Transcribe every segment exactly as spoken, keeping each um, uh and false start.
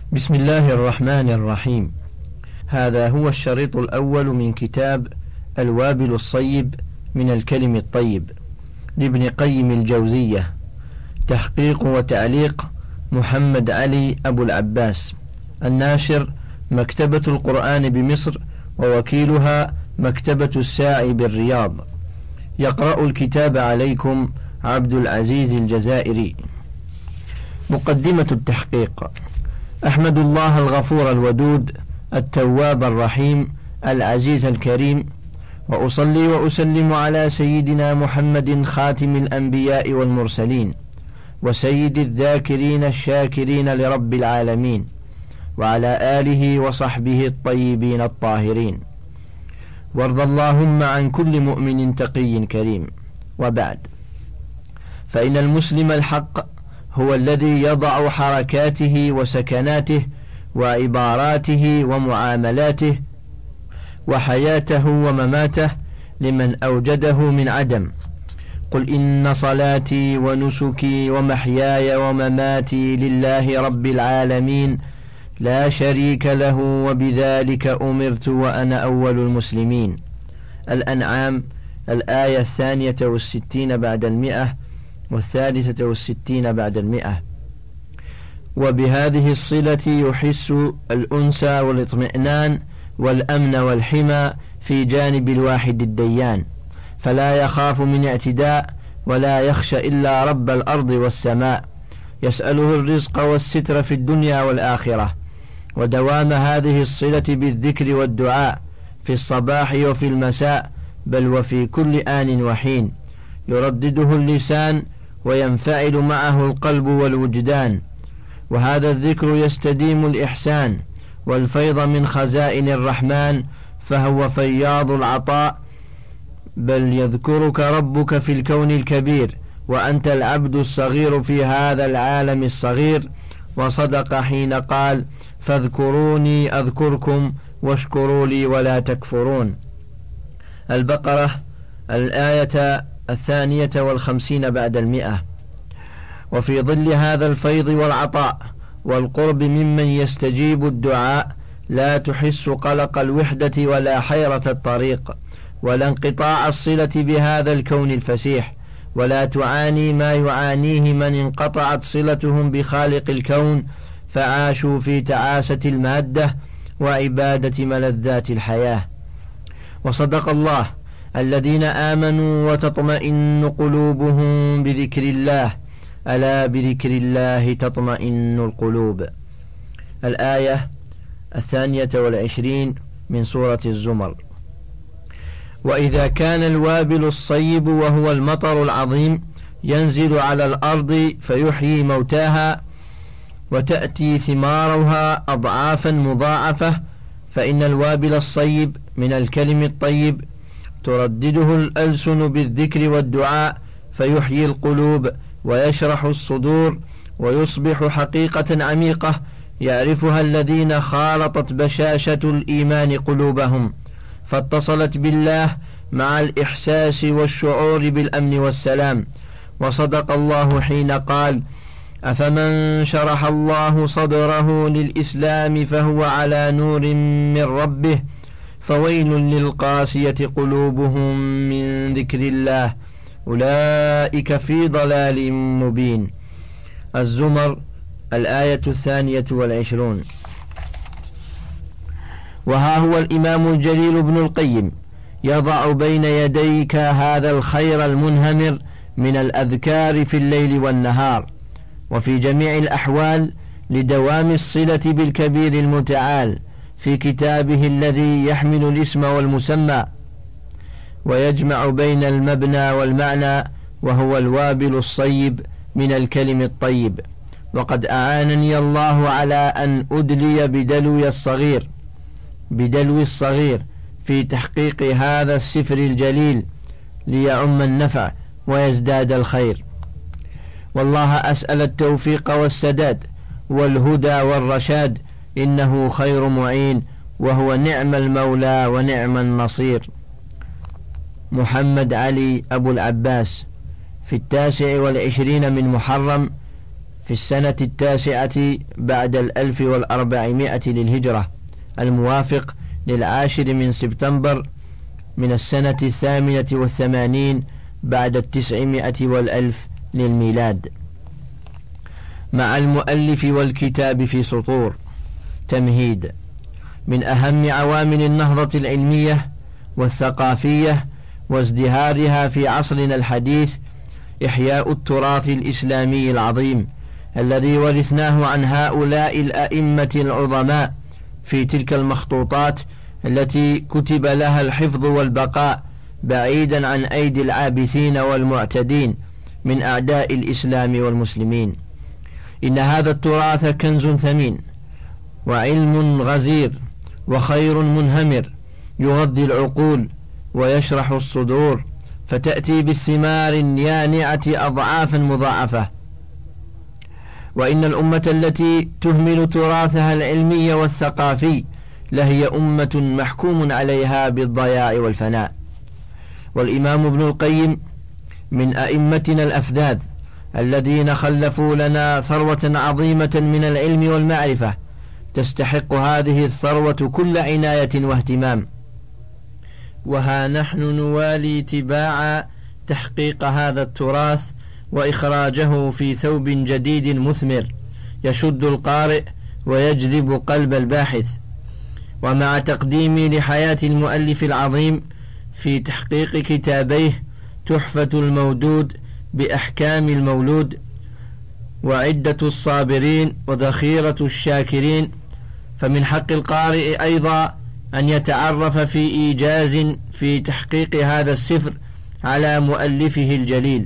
بسم الله الرحمن الرحيم. هذا هو الشريط الأول من كتاب الوابل الصيب من الكلم الطيب لابن قيم الجوزية، تحقيق وتعليق محمد علي أبو العباس، الناشر مكتبة القرآن بمصر، ووكيلها مكتبة الساعي بالرياض. يقرأ الكتاب عليكم عبد العزيز الجزائري. مقدمة التحقيق. أحمد الله الغفور الودود التواب الرحيم العزيز الكريم، وأصلي وأسلم على سيدنا محمد خاتم الأنبياء والمرسلين، وسيد الذاكرين الشاكرين لرب العالمين، وعلى آله وصحبه الطيبين الطاهرين، وارض اللهم عن كل مؤمن تقي كريم. وبعد، فإن المسلم الحق هو الذي يضع حركاته وسكناته وعباراته ومعاملاته وحياته ومماته لمن أوجده من عدم. قل إن صلاتي ونسكي ومحياي ومماتي لله رب العالمين لا شريك له وبذلك أمرت وأنا أول المسلمين. الأنعام الآية الثانية والستين بعد المئة والثالثة والستين بعد المئة. وبهذه الصلة يحس الأنس والاطمئنان والأمن والحمى في جانب الواحد الديان، فلا يخاف من اعتداء ولا يخشى إلا رب الأرض والسماء، يسأله الرزق والستر في الدنيا والآخرة. ودوام هذه الصلة بالذكر والدعاء في الصباح وفي المساء، بل وفي كل آن وحين، يردده اللسان وينفعل معه القلب والوجدان. وهذا الذكر يستديم الإحسان والفيض من خزائن الرحمن، فهو فياض العطاء. بل يذكرك ربك في الكون الكبير وأنت العبد الصغير في هذا العالم الصغير. وصدق حين قال: فاذكروني أذكركم واشكروا لي ولا تكفرون. البقرة الآية الثانية والخمسين بعد المئة. وفي ظل هذا الفيض والعطاء والقرب ممن يستجيب الدعاء لا تحس قلق الوحدة ولا حيرة الطريق ولا انقطاع الصلة بهذا الكون الفسيح، ولا تعاني ما يعانيه من انقطعت صلتهم بخالق الكون فعاشوا في تعاسة المادة وعبادة ملذات الحياة. وصدق الله: الذين آمنوا وتطمئن قلوبهم بذكر الله، ألا بذكر الله تطمئن القلوب. الآية الثانية والعشرين من سورة الزمر. وإذا كان الوابل الصيب وهو المطر العظيم ينزل على الأرض فيحيي موتاها وتأتي ثمارها أضعافا مضاعفة، فإن الوابل الصيب من الكلم الطيب تردده الألسن بالذكر والدعاء فيحيي القلوب ويشرح الصدور ويصبح حقيقة عميقة يعرفها الذين خالطت بشاشة الإيمان قلوبهم، فاتصلت بالله مع الإحساس والشعور بالأمن والسلام. وصدق الله حين قال: أفمن شرح الله صدره للإسلام فهو على نور من ربه فويل للقاسية قلوبهم من ذكر الله أولئك في ضلال مبين. الزمر الآية الثانية والعشرون. وها هو الإمام الجليل ابن القيم يضع بين يديك هذا الخير المنهمر من الأذكار في الليل والنهار وفي جميع الأحوال لدوام الصلة بالكبير المتعال في كتابه الذي يحمل الاسم والمسمى ويجمع بين المبنى والمعنى، وهو الوابل الصيب من الكلم الطيب. وقد أعانني الله على أن أدلي بدلوي الصغير بدلوي الصغير في تحقيق هذا السفر الجليل ليعم النفع ويزداد الخير. والله أسأل التوفيق والسداد والهدى والرشاد، إنه خير معين وهو نعم المولى ونعم النصير. محمد علي أبو العباس، في التاسع والعشرين من محرم في السنة التاسعة بعد الألف والأربعمائة للهجرة، الموافق للعاشر من سبتمبر من السنة الثامنة والثمانين بعد التسعمائة والألف للميلاد. مع المؤلف والكتاب في سطور. تمهيد. من أهم عوامل النهضة العلمية والثقافية وازدهارها في عصرنا الحديث إحياء التراث الإسلامي العظيم الذي ورثناه عن هؤلاء الأئمة العظماء في تلك المخطوطات التي كتب لها الحفظ والبقاء بعيدا عن أيدي العابثين والمعتدين من أعداء الإسلام والمسلمين. إن هذا التراث كنز ثمين وعلم غزير وخير منهمر يغذي العقول ويشرح الصدور، فتأتي بالثمار يانعة أضعافا مضاعفة. وإن الأمة التي تهمل تراثها العلمي والثقافي لهي أمة محكوم عليها بالضياع والفناء. والإمام ابن القيم من أئمتنا الأفذاذ الذين خلفوا لنا ثروة عظيمة من العلم والمعرفة تستحق هذه الثروة كل عناية واهتمام. وها نحن نوالي تباع تحقيق هذا التراث وإخراجه في ثوب جديد مثمر يشد القارئ ويجذب قلب الباحث. ومع تقديمي لحياة المؤلف العظيم في تحقيق كتابيه تحفة المودود بأحكام المولود وعدة الصابرين وذخيرة الشاكرين، فمن حق القارئ أيضا أن يتعرف في إيجاز في تحقيق هذا السفر على مؤلفه الجليل.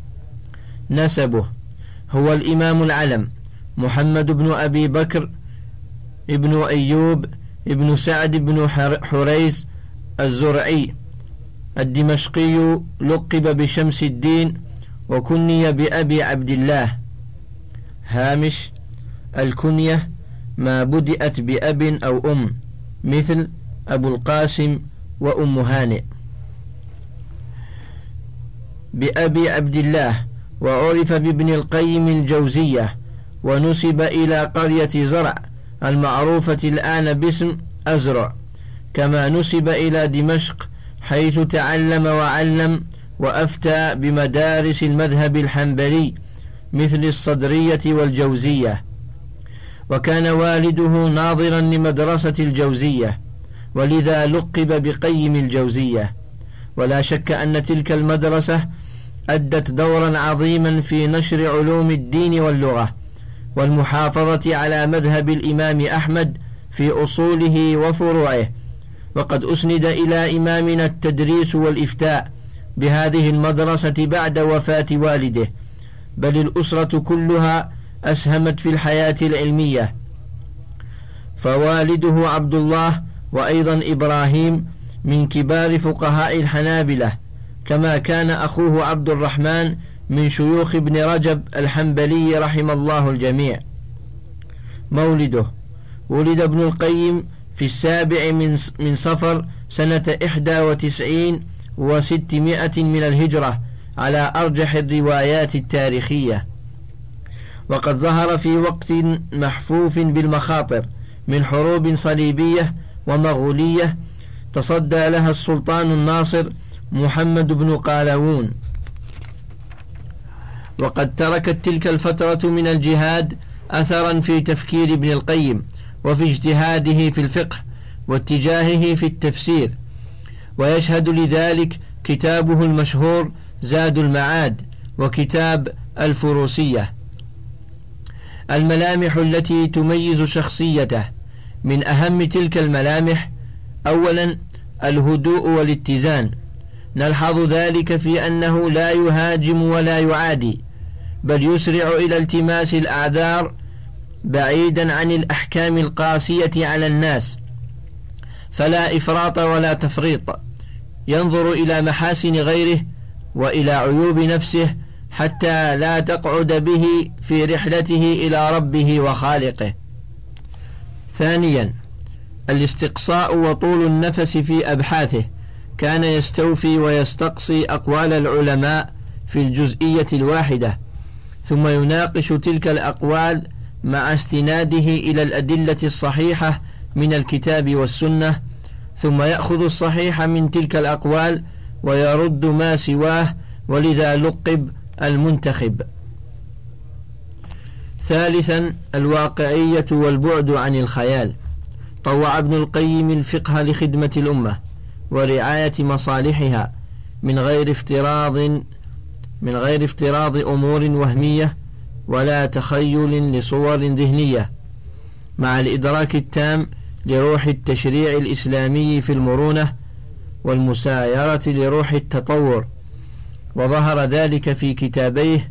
نسبه: هو الإمام العلم محمد بن أبي بكر ابن أيوب ابن سعد بن حريز الزرعي الدمشقي، لقب بشمس الدين وكني بأبي عبد الله. هامش: الكنية ما بدأت بأب أو أم، مثل أبو القاسم وأم هانئ. بأبي عبد الله، وعرف بابن القيم الجوزية، ونسب إلى قرية زرع المعروفة الآن باسم أزرع، كما نسب إلى دمشق حيث تعلم وعلم وأفتى بمدارس المذهب الحنبلي مثل الصدرية والجوزية. وكان والده ناظرا لمدرسة الجوزية، ولذا لقب بقيم الجوزية. ولا شك أن تلك المدرسة أدت دورا عظيما في نشر علوم الدين واللغة والمحافظة على مذهب الإمام أحمد في أصوله وفروعه. وقد أسند إلى إمامنا التدريس والإفتاء بهذه المدرسة بعد وفاة والده، بل الأسرة كلها أسهمت في الحياة العلمية. فوالده عبد الله وأيضا إبراهيم من كبار فقهاء الحنابلة، كما كان أخوه عبد الرحمن من شيوخ ابن رجب الحنبلي رحم الله الجميع. مولده: ولد ابن القيم في السابع من من صفر سنة إحدى وتسعين وستمائة من الهجرة على أرجح الروايات التاريخية، وقد ظهر في وقت محفوف بالمخاطر من حروب صليبية ومغولية تصدى لها السلطان الناصر محمد بن قلاوون. وقد تركت تلك الفترة من الجهاد أثرا في تفكير ابن القيم وفي اجتهاده في الفقه واتجاهه في التفسير، ويشهد لذلك كتابه المشهور زاد المعاد وكتاب الفروسية. الملامح التي تميز شخصيته: من أهم تلك الملامح أولا الهدوء والاتزان، نلحظ ذلك في أنه لا يهاجم ولا يعادي، بل يسرع إلى التماس الأعذار بعيدا عن الأحكام القاسية على الناس، فلا إفراط ولا تفريط، ينظر إلى محاسن غيره وإلى عيوب نفسه حتى لا تقعد به في رحلته إلى ربه وخالقه. ثانيا الاستقصاء وطول النفس في أبحاثه، كان يستوفي ويستقصي أقوال العلماء في الجزئية الواحدة، ثم يناقش تلك الأقوال مع استناده إلى الأدلة الصحيحة من الكتاب والسنة، ثم يأخذ الصحيح من تلك الأقوال ويرد ما سواه، ولذا لقب المنتخب. ثالثا الواقعية والبعد عن الخيال. طوع ابن القيم الفقه لخدمة الأمة ورعاية مصالحها من غير افتراض من غير افتراض أمور وهمية ولا تخيل لصور ذهنية، مع الإدراك التام لروح التشريع الإسلامي في المرونة والمسايرة لروح التطور. وظهر ذلك في كتابيه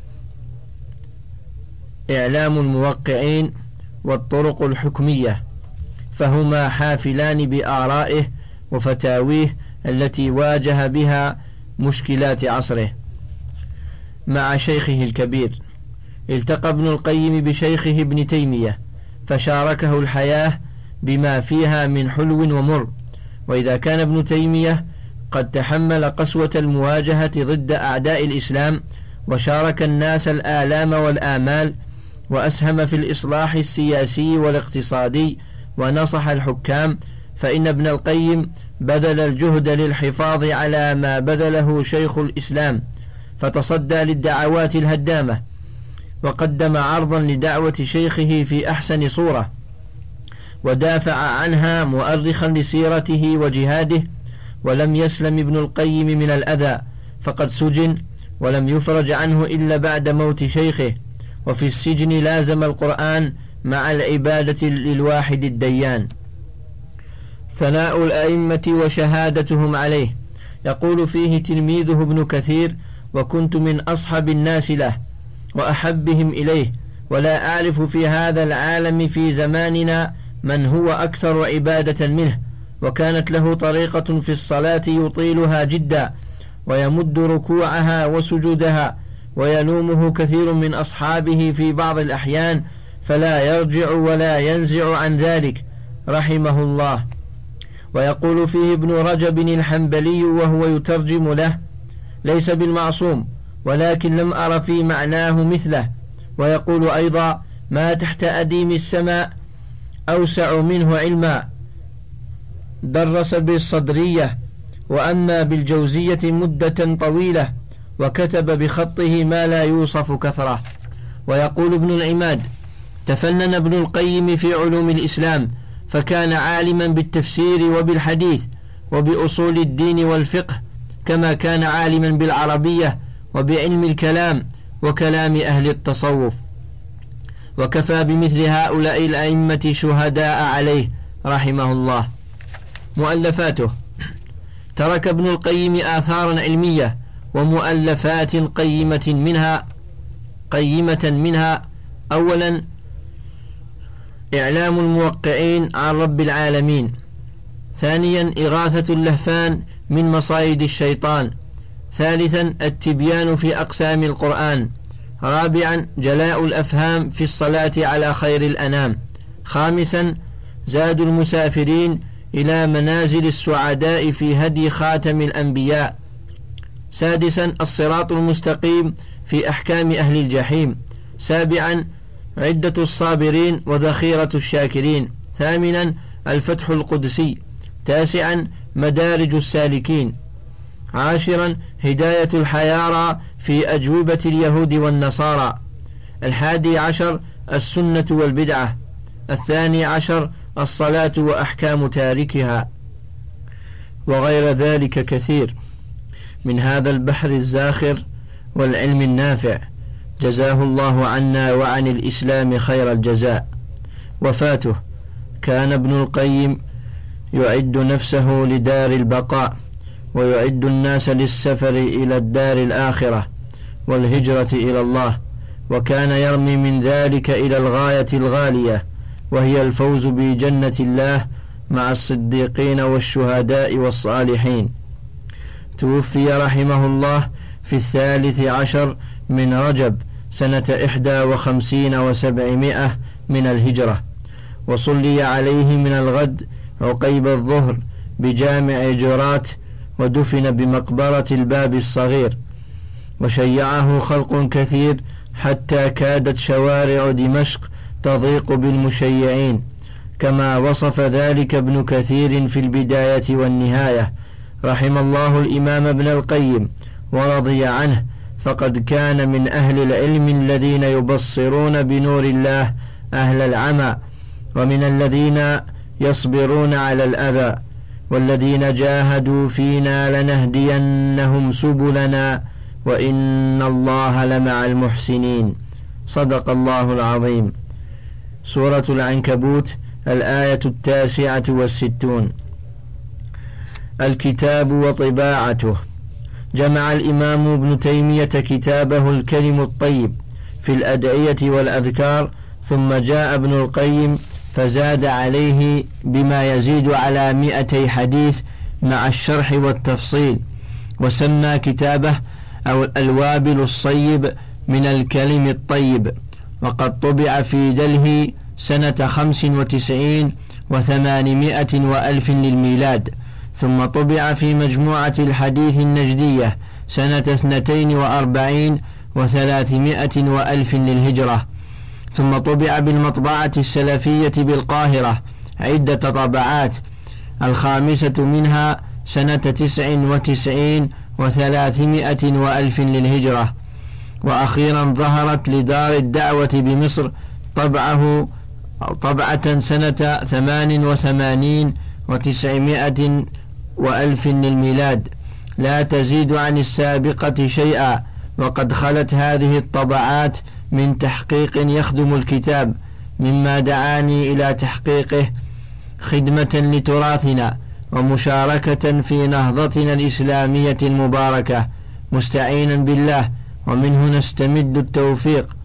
إعلام الموقعين والطرق الحكمية، فهما حافلان بآرائه وفتاويه التي واجه بها مشكلات عصره. مع شيخه الكبير التقى ابن القيم بشيخه ابن تيمية فشاركه الحياة بما فيها من حلو ومر. وإذا كان ابن تيمية قد تحمل قسوة المواجهة ضد أعداء الإسلام وشارك الناس الآلام والآمال وأسهم في الإصلاح السياسي والاقتصادي ونصح الحكام، فإن ابن القيم بذل الجهد للحفاظ على ما بذله شيخ الإسلام، فتصدى للدعوات الهدامة وقدم عرضا لدعوة شيخه في أحسن صورة، ودافع عنها مؤرخا لسيرته وجهاده. ولم يسلم ابن القيم من الأذى، فقد سجن ولم يفرج عنه إلا بعد موت شيخه، وفي السجن لازم القرآن مع العبادة للواحد الديان. ثناء الأئمة وشهادتهم عليه. يقول فيه تلميذه ابن كثير: وكنت من أصحب الناس له وأحبهم إليه، ولا أعرف في هذا العالم في زماننا من هو أكثر عبادة منه. وكانت له طريقة في الصلاة يطيلها جدا ويمد ركوعها وسجودها، ويلومه كثير من أصحابه في بعض الأحيان فلا يرجع ولا ينزع عن ذلك رحمه الله. ويقول فيه ابن رجب الحنبلي وهو يترجم له: ليس بالمعصوم، ولكن لم أر في معناه مثله. ويقول أيضا: ما تحت أديم السماء أوسع منه علما، درس بالصدرية، وأما بالجوزية مدة طويلة، وكتب بخطه ما لا يوصف كثرة. ويقول ابن العماد: تفنن ابن القيم في علوم الإسلام، فكان عالما بالتفسير وبالحديث وبأصول الدين والفقه، كما كان عالما بالعربية وبعلم الكلام وكلام أهل التصوف. وكفى بمثل هؤلاء الأئمة شهداء عليه رحمه الله. مؤلفاته: ترك ابن القيم آثارا علمية ومؤلفات قيمة منها قيمة منها أولا إعلام الموقعين عن رب العالمين، ثانيا إغاثة اللهفان من مصايد الشيطان، ثالثا التبيان في أقسام القرآن، رابعا جلاء الأفهام في الصلاة على خير الأنام، خامسا زاد المسافرين إلى منازل السعداء في هدي خاتم الأنبياء، سادسا الصراط المستقيم في أحكام أهل الجحيم، سابعا عدة الصابرين وذخيرة الشاكرين، ثامنا الفتح القدسي، تاسعا مدارج السالكين، عاشرا هداية الحيارى في أجوبة اليهود والنصارى، الحادي عشر السنة والبدعة، الثاني عشر الصلاة وأحكام تاركها، وغير ذلك كثير من هذا البحر الزاخر والعلم النافع، جزاه الله عنا وعن الإسلام خير الجزاء. وفاته: كان ابن القيم يعد نفسه لدار البقاء، ويعد الناس للسفر إلى الدار الآخرة والهجرة إلى الله، وكان يرمي من ذلك إلى الغاية الغالية، وهي الفوز بجنة الله مع الصديقين والشهداء والصالحين. توفي رحمه الله في الثالث عشر من رجب سنة إحدى وخمسين وسبعمائة من الهجرة، وصلي عليه من الغد عقيب الظهر بجامع جرات، ودفن بمقبرة الباب الصغير، وشيعه خلق كثير حتى كادت شوارع دمشق تضيق بالمشيعين، كما وصف ذلك ابن كثير في البداية والنهاية رحم الله الإمام ابن القيم ورضي عنه، فقد كان من أهل العلم الذين يبصرون بنور الله أهل العمى، ومن الذين يصبرون على الأذى، والذين جاهدوا فينا لنهدينهم سبلنا وإن الله لمع المحسنين. صدق الله العظيم. سورة العنكبوت، الآية التاسعة والستون. الكتاب وطباعته. جمع الإمام ابن تيمية كتابه الكلم الطيب في الأدعية والأذكار، ثم جاء ابن القيم فزاد عليه بما يزيد على مئتي حديث مع الشرح والتفصيل، وسمى كتابه أو الوابل الصيب من الكلم الطيب، وقد طبع في دلهي سنة خمس وتسعين وثمانمائة وألف للميلاد، ثم طبع في مجموعة الحديث النجدية سنة اثنتين وأربعين وثلاثمائة وألف للهجرة، ثم طبع بالمطبعة السلفية بالقاهرة عدة طبعات، الخامسة منها سنة تسع وتسعين وثلاثمائة وألف للهجرة، وأخيرا ظهرت لدار الدعوة بمصر طبعه طبعة سنة ثمان وثمانين وتسعمائة وألف للميلاد، لا تزيد عن السابقة شيئا، وقد خلت هذه الطبعات من تحقيق يخدم الكتاب، مما دعاني إلى تحقيقه خدمة لتراثنا ومشاركة في نهضتنا الإسلامية المباركة، مستعينا بالله ومنه نستمد التوفيق.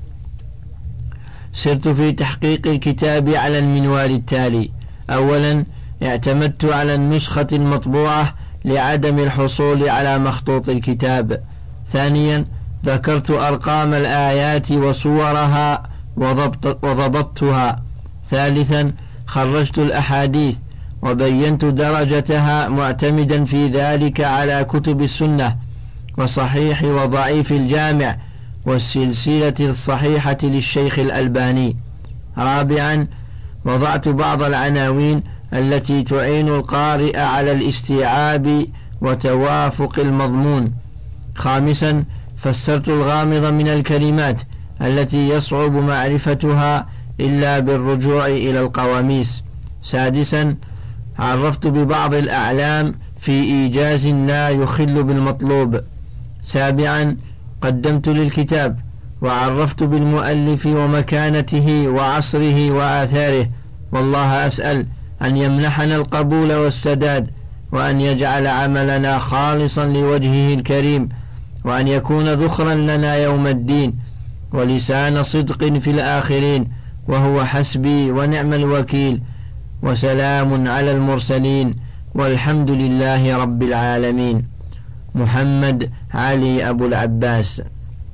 سرت في تحقيق الكتاب على المنوال التالي: أولا، اعتمدت على النسخة المطبوعة لعدم الحصول على مخطوط الكتاب. ثانيا، ذكرت أرقام الآيات وصورها وضبط وضبطتها. ثالثا، خرجت الأحاديث وبينت درجتها معتمدا في ذلك على كتب السنة وصحيح وضعيف الجامع والسلسلة الصحيحة للشيخ الألباني. رابعا، وضعت بعض العناوين التي تعين القارئ على الاستيعاب وتوافق المضمون. خامسا، فسرت الغامض من الكلمات التي يصعب معرفتها إلا بالرجوع إلى القواميس. سادسا، عرفت ببعض الأعلام في إيجاز لا يخل بالمطلوب. سابعا، قدمت للكتاب وعرفت بالمؤلف ومكانته وعصره وآثاره، والله أسأل أن يمنحنا القبول والسداد، وأن يجعل عملنا خالصا لوجهه الكريم، وأن يكون ذخرا لنا يوم الدين ولسان صدق في الآخرين، وهو حسبي ونعم الوكيل. وسلام على المرسلين والحمد لله رب العالمين. محمد علي أبو العباس.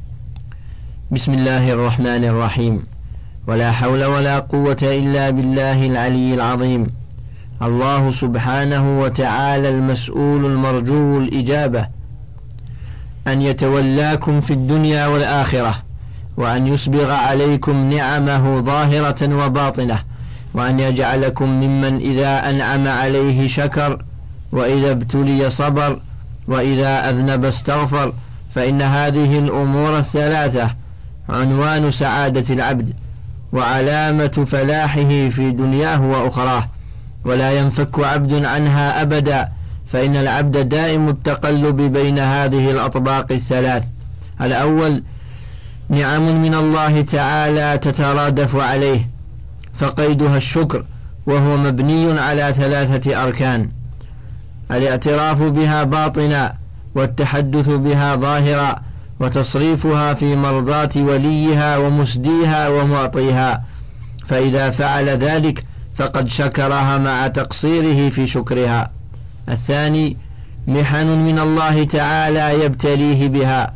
بسم الله الرحمن الرحيم. ولا حول ولا قوة إلا بالله العلي العظيم. الله سبحانه وتعالى المسؤول المرجو الإجابة أن يتولاكم في الدنيا والآخرة، وأن يسبغ عليكم نعمه ظاهرة وباطنة، وأن يجعلكم ممن إذا أنعم عليه شكر، وإذا ابتلي صبر، وإذا أذنب استغفر، فإن هذه الأمور الثلاثة عنوان سعادة العبد وعلامة فلاحه في دنياه وأخراه، ولا ينفك عبد عنها أبدا، فإن العبد دائم التقلب بين هذه الأطباق الثلاث. الأول، نعم من الله تعالى تترادف عليه، فقيدها الشكر، وهو مبني على ثلاثة أركان: الاعتراف بها باطنا، والتحدث بها ظاهرا، وتصريفها في مرضاة وليها ومسديها ومعطيها، فإذا فعل ذلك فقد شكرها مع تقصيره في شكرها. الثاني، محن من الله تعالى يبتليه بها،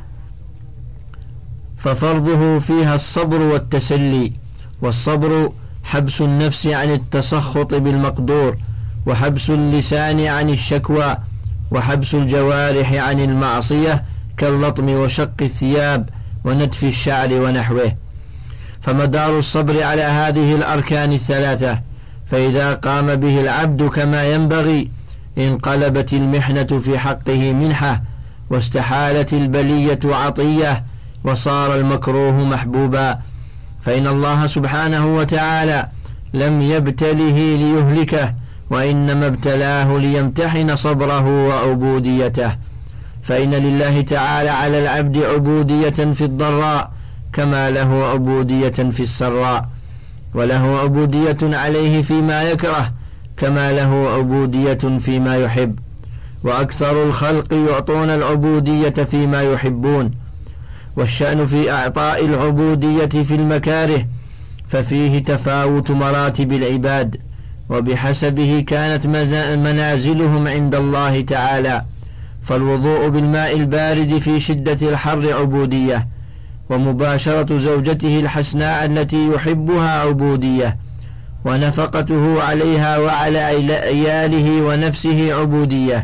ففرضه فيها الصبر والتسلي، والصبر حبس النفس عن التسخط بالمقدور، وحبس اللسان عن الشكوى، وحبس الجوارح عن المعصية كاللطم وشق الثياب ونتف الشعر ونحوه. فمدار الصبر على هذه الأركان الثلاثة، فإذا قام به العبد كما ينبغي انقلبت المحنة في حقه منحة، واستحالت البلية عطية، وصار المكروه محبوبا. فإن الله سبحانه وتعالى لم يبتله ليهلكه، وإنما ابتلاه ليمتحن صبره وعبوديته. فإن لله تعالى على العبد عبودية في الضراء كما له عبودية في السراء، وله عبودية عليه فيما يكره كما له عبودية فيما يحب. وأكثر الخلق يعطون العبودية فيما يحبون. والشأن في إعطاء العبودية في المكاره، ففيه تفاوت مراتب العباد، وبحسبه كانت منازلهم عند الله تعالى. فالوضوء بالماء البارد في شدة الحر عبودية، ومباشرة زوجته الحسناء التي يحبها عبودية، ونفقته عليها وعلى عياله ونفسه عبودية.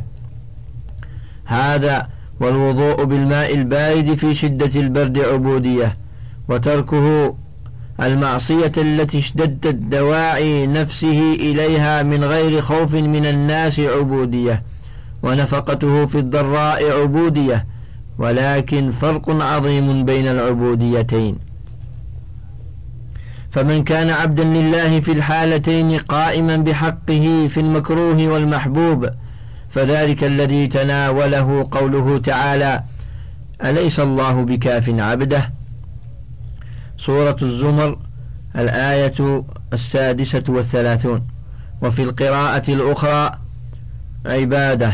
هذا والوضوء بالماء البارد في شدة البرد عبودية، وتركه المعصية التي اشتدت دواعي نفسه إليها من غير خوف من الناس عبودية، ونفقته في الضراء عبودية، ولكن فرق عظيم بين العبوديتين. فمن كان عبدا لله في الحالتين قائما بحقه في المكروه والمحبوب، فذلك الذي تناوله قوله تعالى: أليس الله بكاف عبده؟ سورة الزمر الآية السادسة والثلاثون. وفي القراءة الأخرى عبادة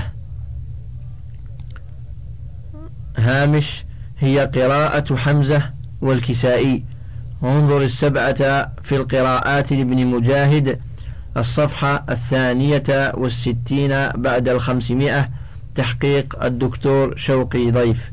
هامش هي قراءة حمزة والكسائي. انظر السبعة في القراءات لابن مجاهد الصفحة الثانية والستين بعد الخمسمائة، تحقيق الدكتور شوقي ضيف.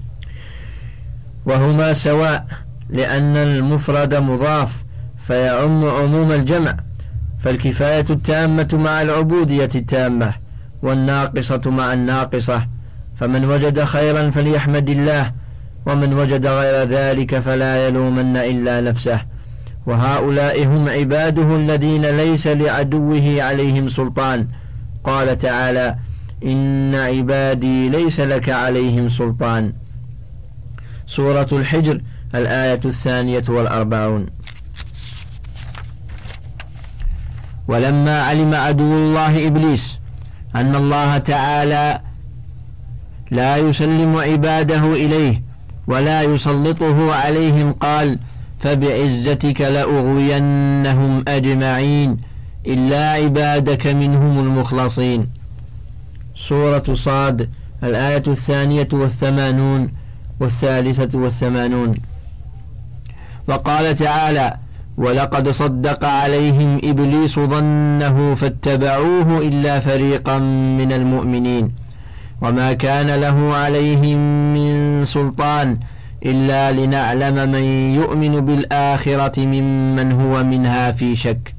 وهما سواء، لأن المفرد مضاف فيعم عموم الجمع، فالكفاية التامة مع العبودية التامة، والناقصة مع الناقصة. فمن وجد خيرا فليحمد الله، ومن وجد غير ذلك فلا يلومن إلا نفسه. وهؤلاء هم عباده الذين ليس لعدوه عليهم سلطان. قال تعالى: إن عبادي ليس لك عليهم سلطان. سورة الحجر الآية الثانية والأربعون. ولما علم عدو الله إبليس أن الله تعالى لا يسلم عباده إليه ولا يسلطه عليهم، قال: فبعزتك لأغوينهم أجمعين إلا عبادك منهم المخلصين. سورة صاد الآية الثانية والثمانون والثالثة والثمانون. وقال تعالى: ولقد صدق عليهم إبليس ظنه فاتبعوه إلا فريقا من المؤمنين وما كان له عليهم من سلطان إلا لنعلم من يؤمن بالآخرة ممن هو منها في شك.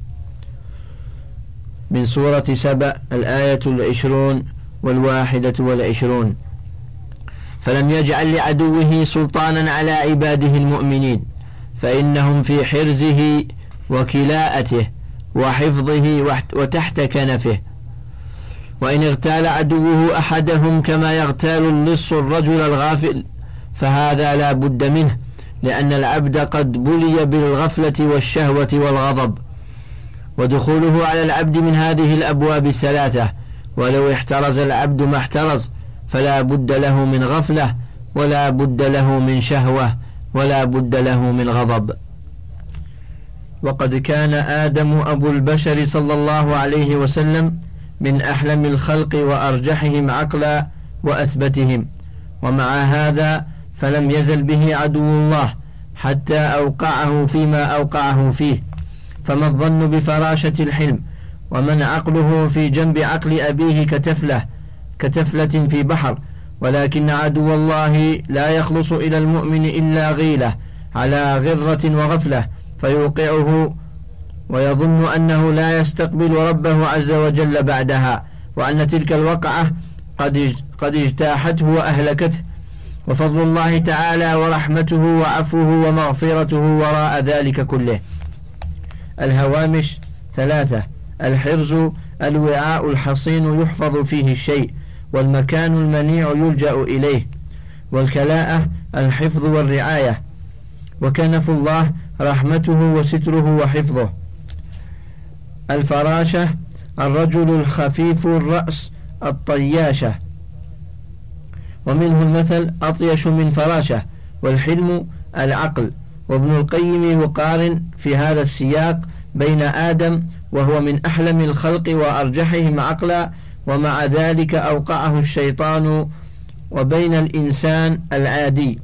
من سورة سبأ الآية العشرون والواحدة والعشرون. فلم يجعل لعدوه سلطانا على عباده المؤمنين، فإنهم في حرزه وكلاءته وحفظه وتحت كنفه. وإن اغتال عدوه أحدهم كما يغتال اللص الرجل الغافل فهذا لا بد منه، لأن العبد قد بلي بالغفلة والشهوة والغضب، ودخوله على العبد من هذه الأبواب الثلاثة. ولو احترز العبد ما احترز فلا بد له من غفلة، ولا بد له من شهوة، ولا بد له من غضب. وقد كان آدم أبو البشر صلى الله عليه وسلم من أحلم الخلق وأرجحهم عقلا وأثبتهم، ومع هذا فلم يزل به عدو الله حتى أوقعه فيما أوقعه فيه. فما الظن بفراشة الحلم، ومن عقله في جنب عقل أبيه كتفلة كتفلة في بحر. ولكن عدو الله لا يخلص إلى المؤمن إلا غيلة على غرة وغفلة فيوقعه، ويظن أنه لا يستقبل ربه عز وجل بعدها، وأن تلك الوقعة قد قد اجتاحته وأهلكته. وفضل الله تعالى ورحمته وعفوه ومغفرته وراء ذلك كله. الهوامش ثلاثة: الحرز الوعاء الحصين يحفظ فيه الشيء والمكان المنيع يلجأ إليه. والكلاءة الحفظ والرعاية. وكنف الله رحمته وستره وحفظه. الفراشة الرجل الخفيف الرأس الطياشة، ومنه المثل أطيش من فراشة. والحلم العقل. وابن القيم يقارن في هذا السياق بين آدم وهو من أحلم الخلق وأرجحهم عقلا ومع ذلك أوقعه الشيطان، وبين الإنسان العادي.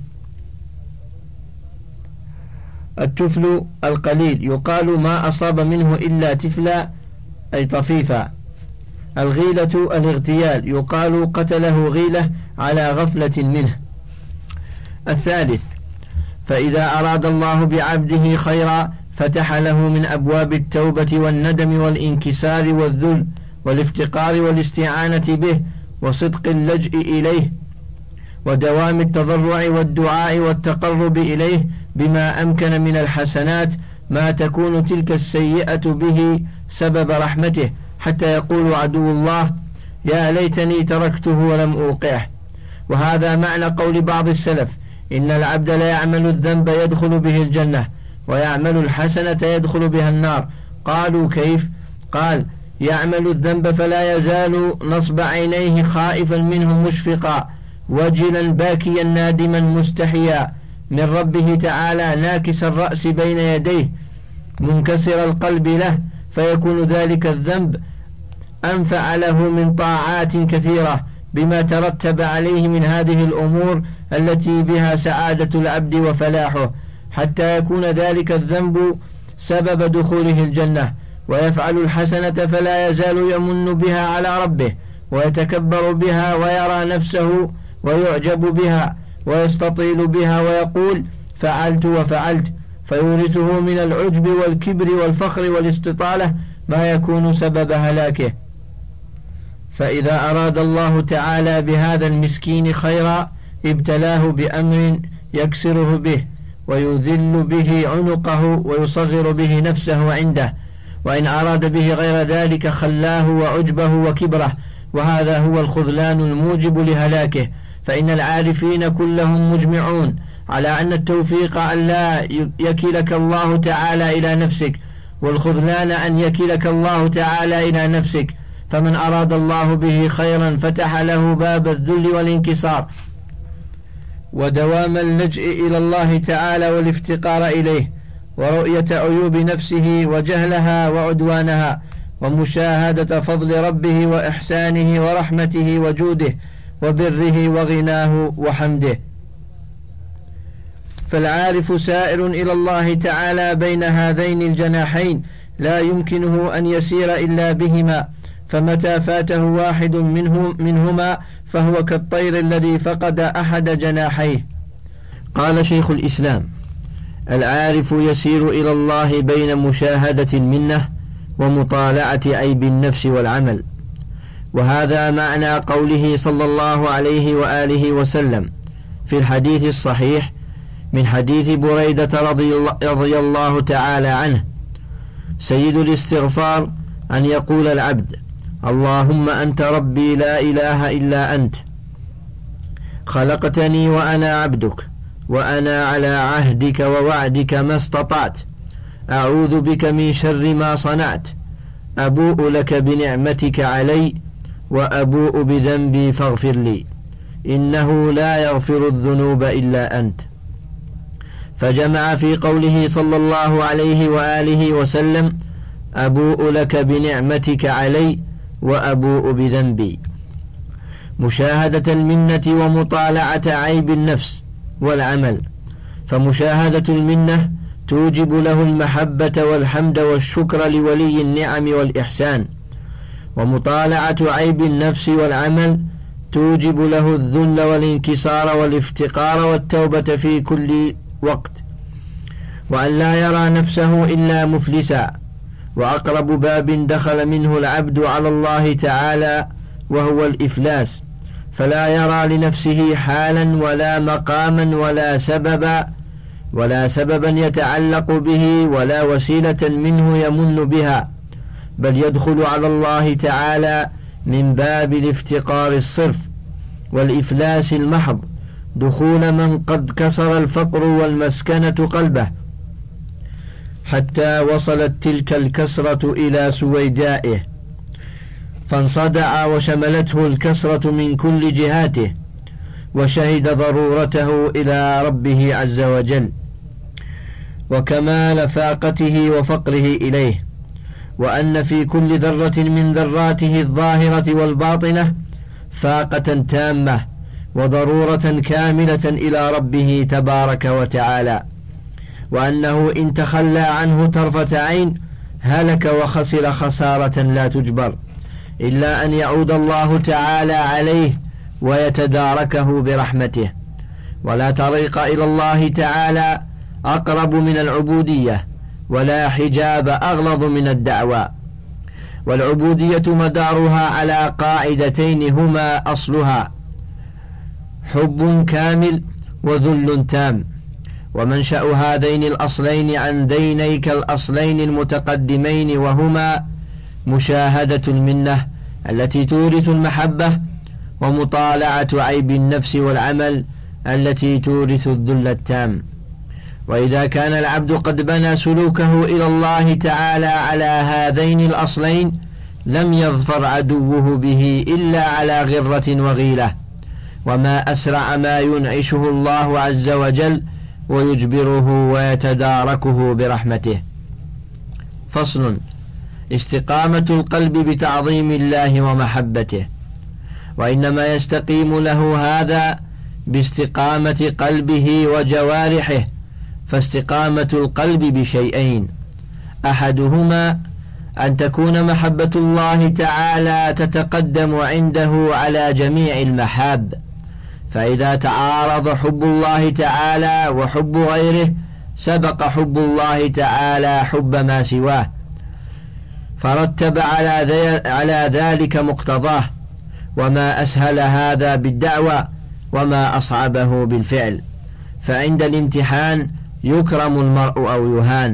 التفل القليل يقال ما أصاب منه إلا تفلا أي طفيفا. الغيلة الاغتيال يقال قتله غيلة على غفلة منه. الثالث: فإذا أراد الله بعبده خيرا فتح له من أبواب التوبة والندم والانكسار والذل والافتقار والاستعانة به وصدق اللجء إليه ودوام التضرع والدعاء والتقرب إليه بما أمكن من الحسنات ما تكون تلك السيئة به سبب رحمته، حتى يقول عدو الله: يا ليتني تركته ولم أوقعه. وهذا معنى قول بعض السلف: إن العبد لا يعمل الذنب يدخل به الجنة ويعمل الحسنة يدخل بها النار. قالوا: كيف؟ قال: يعمل الذنب فلا يزال نصب عينيه خائفا منه مشفقا وجلا باكيا نادما مستحيا من ربه تعالى ناكس الرأس بين يديه منكسر القلب له، فيكون ذلك الذنب أنفع له من طاعات كثيرة بما ترتب عليه من هذه الأمور التي بها سعادة العبد وفلاحه، حتى يكون ذلك الذنب سبب دخوله الجنة. ويفعل الحسنة فلا يزال يمن بها على ربه ويتكبر بها ويرى نفسه ويعجب بها ويستطيل بها ويقول: فعلت وفعلت، فيورثه من العجب والكبر والفخر والاستطالة ما يكون سبب هلاكه. فإذا أراد الله تعالى بهذا المسكين خيرا ابتلاه بأمر يكسره به ويذل به عنقه ويصغر به نفسه عنده، وإن أراد به غير ذلك خلاه وعجبه وكبره، وهذا هو الخذلان الموجب لهلاكه. فإن العارفين كلهم مجمعون على أن التوفيق أن لا يكلك الله تعالى إلى نفسك، والخذلان أن يكلك الله تعالى إلى نفسك. فمن أراد الله به خيرا فتح له باب الذل والانكسار ودوام اللجء إلى الله تعالى والافتقار إليه ورؤية عيوب نفسه وجهلها وعدوانها ومشاهدة فضل ربه وإحسانه ورحمته وجوده وبره وغناه وحمده. فالعارف سائر إلى الله تعالى بين هذين الجناحين لا يمكنه أن يسير إلا بهما، فمتى فاته واحد منهم منهما فهو كالطير الذي فقد أحد جناحيه. قال شيخ الإسلام: العارف يسير إلى الله بين مشاهدة المنة ومطالعة عيب النفس والعمل. وهذا معنى قوله صلى الله عليه وآله وسلم في الحديث الصحيح من حديث بريدة رضي الله تعالى عنه: سيد الاستغفار أن يقول العبد: اللهم أنت ربي لا إله إلا أنت، خلقتني وأنا عبدك، وأنا على عهدك ووعدك ما استطعت، أعوذ بك من شر ما صنعت، أبوء لك بنعمتك علي وأبوء بذنبي فاغفر لي، إنه لا يغفر الذنوب إلا أنت. فجمع في قوله صلى الله عليه وآله وسلم: أبوء لك بنعمتك علي وأبوء بذنبي، مشاهدة المنة ومطالعة عيب النفس والعمل. فمشاهدة المنة توجب له المحبة والحمد والشكر لولي النعم والإحسان، ومطالعة عيب النفس والعمل توجب له الذل والانكسار والافتقار والتوبة في كل وقت، وأن لا يرى نفسه إلا مفلسا. وأقرب باب دخل منه العبد على الله تعالى وهو الإفلاس، فلا يرى لنفسه حالا ولا مقاما ولا سببا ولا سببا يتعلق به ولا وسيلة منه يمن بها، بل يدخل على الله تعالى من باب الافتقار الصرف والإفلاس المحض، دخول من قد كسر الفقر والمسكنة قلبه حتى وصلت تلك الكسرة إلى سويدائه فانصدع وشملته الكسرة من كل جهاته، وشهد ضرورته إلى ربه عز وجل وكمال فاقته وفقره إليه، وأن في كل ذرة من ذراته الظاهرة والباطنة فاقة تامة وضرورة كاملة إلى ربه تبارك وتعالى، وأنه إن تخلى عنه طرفة عين هلك وخسر خسارة لا تجبر، إلا أن يعود الله تعالى عليه ويتداركه برحمته. ولا طريق إلى الله تعالى أقرب من العبودية، ولا حجاب أغلظ من الدعوى. والعبودية مدارها على قاعدتين هما أصلها حب كامل وذل تام، ومنشأ هذين الأصلين عن دينيك الأصلين المتقدمين، وهما مشاهدة المنة التي تورث المحبة، ومطالعة عيب النفس والعمل التي تورث الذل التام. وإذا كان العبد قد بنى سلوكه إلى الله تعالى على هذين الأصلين لم يظفر عدوه به إلا على غرة وغيلة، وما أسرع ما ينعشه الله عز وجل ويجبره ويتداركه برحمته. فصل: استقامة القلب بتعظيم الله ومحبته. وإنما يستقيم له هذا باستقامة قلبه وجوارحه، فاستقامة القلب بشيئين: أحدهما أن تكون محبة الله تعالى تتقدم عنده على جميع المحاب، فإذا تعارض حب الله تعالى وحب غيره سبق حب الله تعالى حب ما سواه، فرتب على ذلك مقتضاه، وما أسهل هذا بالدعوة وما أصعبه بالفعل. فعند الامتحان يكرم المرء أو يهان،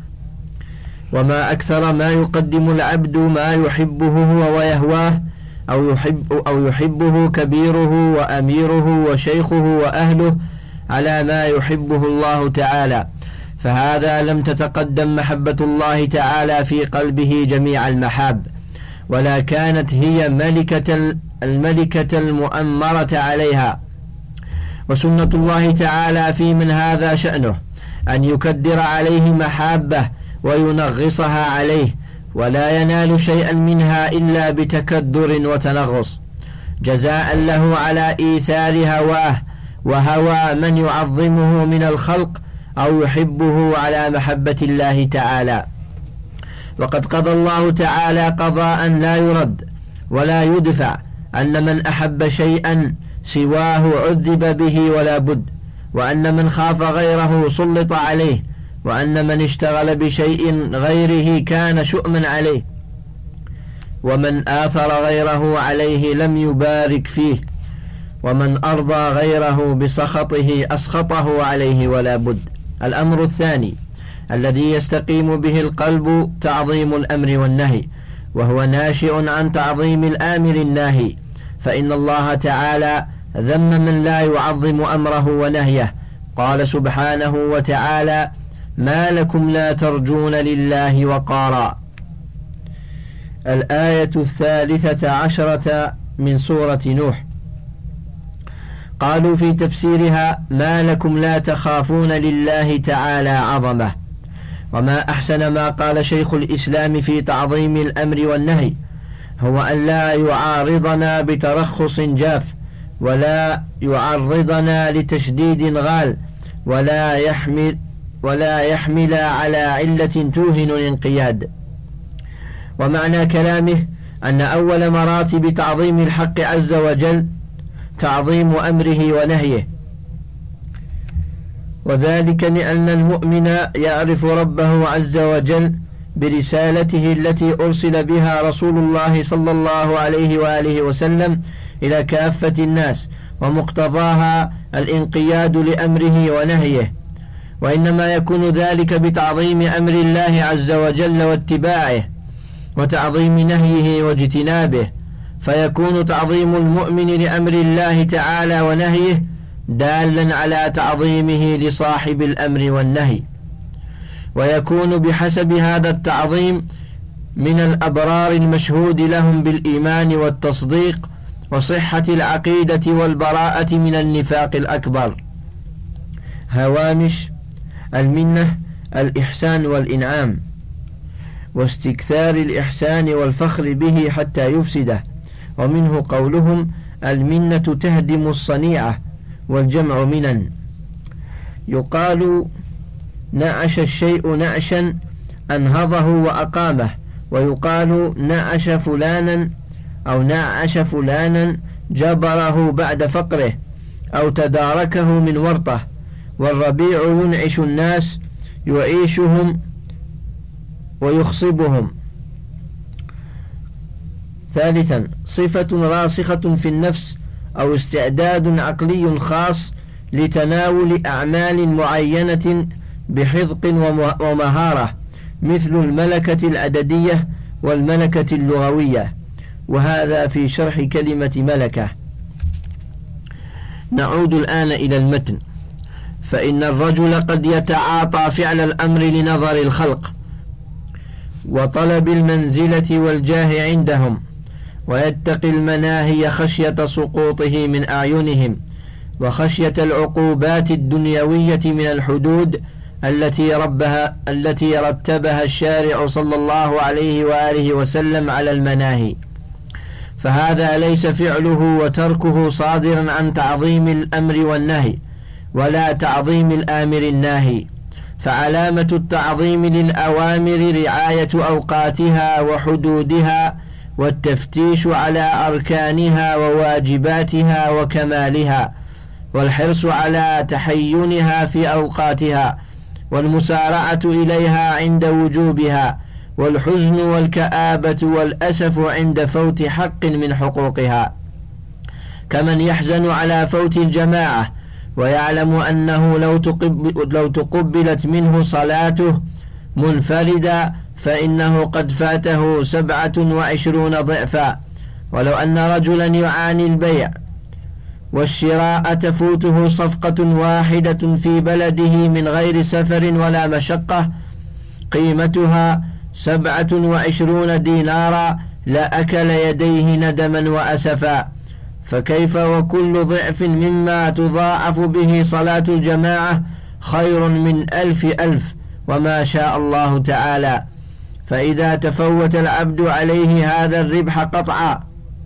وما أكثر ما يقدم العبد ما يحبه هو ويهواه، أو, يحب أو يحبه كبيره وأميره وشيخه وأهله على ما يحبه الله تعالى، فهذا لم تتقدم محبة الله تعالى في قلبه جميع المحاب، ولا كانت هي ملكة الملكة المؤمرة عليها. وسنة الله تعالى في من هذا شأنه أن يكدر عليه محابة وينغصها عليه، ولا ينال شيئا منها إلا بتكدر وتنغص، جزاء له على إيثار هواه وهوى من يعظمه من الخلق أو يحبه على محبة الله تعالى. وقد قضى الله تعالى قضاء لا يرد ولا يدفع أن من أحب شيئا سواه عذب به ولا بد، وأن من خاف غيره سلط عليه، وأن من اشتغل بشيء غيره كان شؤما عليه، ومن آثر غيره عليه لم يبارك فيه، ومن أرضى غيره بسخطه أسخطه عليه ولا بد. الأمر الثاني الذي يستقيم به القلب تعظيم الأمر والنهي، وهو ناشئ عن تعظيم الآمر الناهي، فإن الله تعالى ذم من لا يعظم أمره ونهيه. قال سبحانه وتعالى: ما لكم لا ترجون لله وقارا. الآية الثالثة عشرة من سورة نوح. قالوا في تفسيرها: ما لكم لا تخافون لله تعالى عظمه. وما أحسن ما قال شيخ الإسلام في تعظيم الأمر والنهي، هو أن لا يعارضنا بترخص جاف، ولا يعرضنا لتشديد غال، ولا يحمل ولا يحمل على علة توهن الانقياد. ومعنى كلامه أن أول مراتب تعظيم الحق عز وجل تعظيم أمره ونهيه، وذلك لأن المؤمن يعرف ربه عز وجل برسالته التي أرسل بها رسول الله صلى الله عليه وآله وسلم إلى كافة الناس، ومقتضاها الانقياد لأمره ونهيه، وإنما يكون ذلك بتعظيم أمر الله عز وجل واتباعه، وتعظيم نهيه واجتنابه، فيكون تعظيم المؤمن لأمر الله تعالى ونهيه دالا على تعظيمه لصاحب الأمر والنهي، ويكون بحسب هذا التعظيم من الأبرار المشهود لهم بالإيمان والتصديق وصحة العقيدة والبراءة من النفاق الأكبر. هوامش المنة: الإحسان والإنعام، واستكثار الإحسان والفخر به حتى يفسده، ومنه قولهم: المنة تهدم الصنيعة، والجمع منن. يقال: نعش الشيء نعشا أنهضه وأقامه، ويقال: نعش فلانا أو نعش فلانا جبره بعد فقره أو تداركه من ورطه. والربيع ينعش الناس، يعيشهم ويخصبهم. ثالثا: صفة راسخة في النفس أو استعداد عقلي خاص لتناول أعمال معينة بحذق ومهارة، مثل الملكة العددية والملكة اللغوية، وهذا في شرح كلمة ملكة. نعود الآن إلى المتن. فإن الرجل قد يتعاطى فعل الأمر لنظر الخلق وطلب المنزلة والجاه عندهم، ويتقي المناهي خشية سقوطه من أعينهم، وخشية العقوبات الدنيوية من الحدود التي ربها التي رتبها الشارع صلى الله عليه وآله وسلم على المناهي. فهذا ليس فعله وتركه صادرا عن تعظيم الأمر والنهي، ولا تعظيم الآمر الناهي. فعلامة التعظيم للأوامر رعاية أوقاتها وحدودها، والتفتيش على أركانها وواجباتها وكمالها، والحرص على تحينها في أوقاتها، والمسارعة إليها عند وجوبها، والحزن والكآبة والأسف عند فوت حق من حقوقها، كمن يحزن على فوت الجماعة ويعلم أنه لو تقبل لو تقبلت منه صلاته منفردا فإنه قد فاته سبعة وعشرون ضعفا. ولو أن رجلا يعاني البيع والشراء تفوته صفقة واحدة في بلده من غير سفر ولا مشقة قيمتها سبعة وعشرون دينارا لأكل يديه ندما وأسفا، فكيف وكل ضعف مما تضاعف به صلاة الجماعة خير من ألف ألف وما شاء الله تعالى. فإذا تفوت العبد عليه هذا الربح قطعا.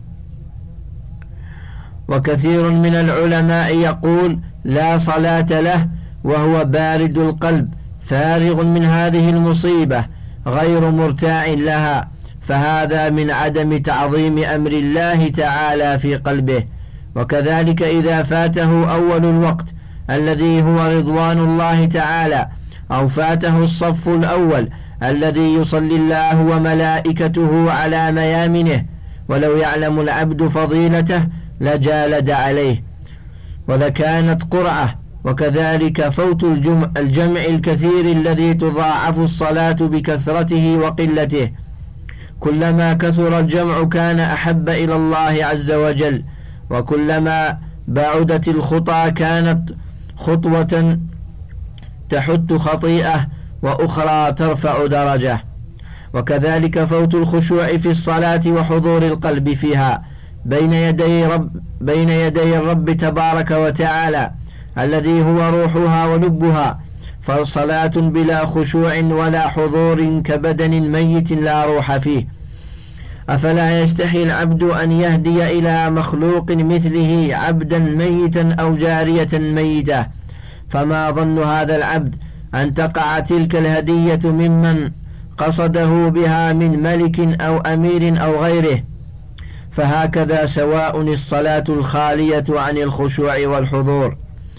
وكثير من العلماء يقول لا صلاة له وهو بارد القلب فارغ من هذه المصيبة غير مرتاع لها، فهذا من عدم تعظيم أمر الله تعالى في قلبه. وكذلك إذا فاته أول الوقت الذي هو رضوان الله تعالى، أو فاته الصف الأول الذي يصلي الله وملائكته على ميامنه، ولو يعلم العبد فضيلته لجالد عليه ولكانت قرعة. وكذلك فوت الجمع, الجمع الكثير الذي تضاعف الصلاة بكثرته وقلته، كلما كثر الجمع كان أحب إلى الله عز وجل، وكلما بعدت الخطى كانت خطوة تحت خطيئة وأخرى ترفع درجة. وكذلك فوت الخشوع في الصلاة وحضور القلب فيها بين يدي رب بين يدي الرب تبارك وتعالى الذي هو روحها ولبها، فالصلاة بلا خشوع ولا حضور كبدن ميت لا روح فيه. أفلا يستحي العبد أن يهدي إلى مخلوق مثله عبدا ميتا أو جارية ميتة؟ فما ظن هذا العبد أن تقع تلك الهدية ممن قصده بها من ملك أو أمير أو غيره؟ فهكذا سواء الصلاة الخالية عن الخشوع والحضور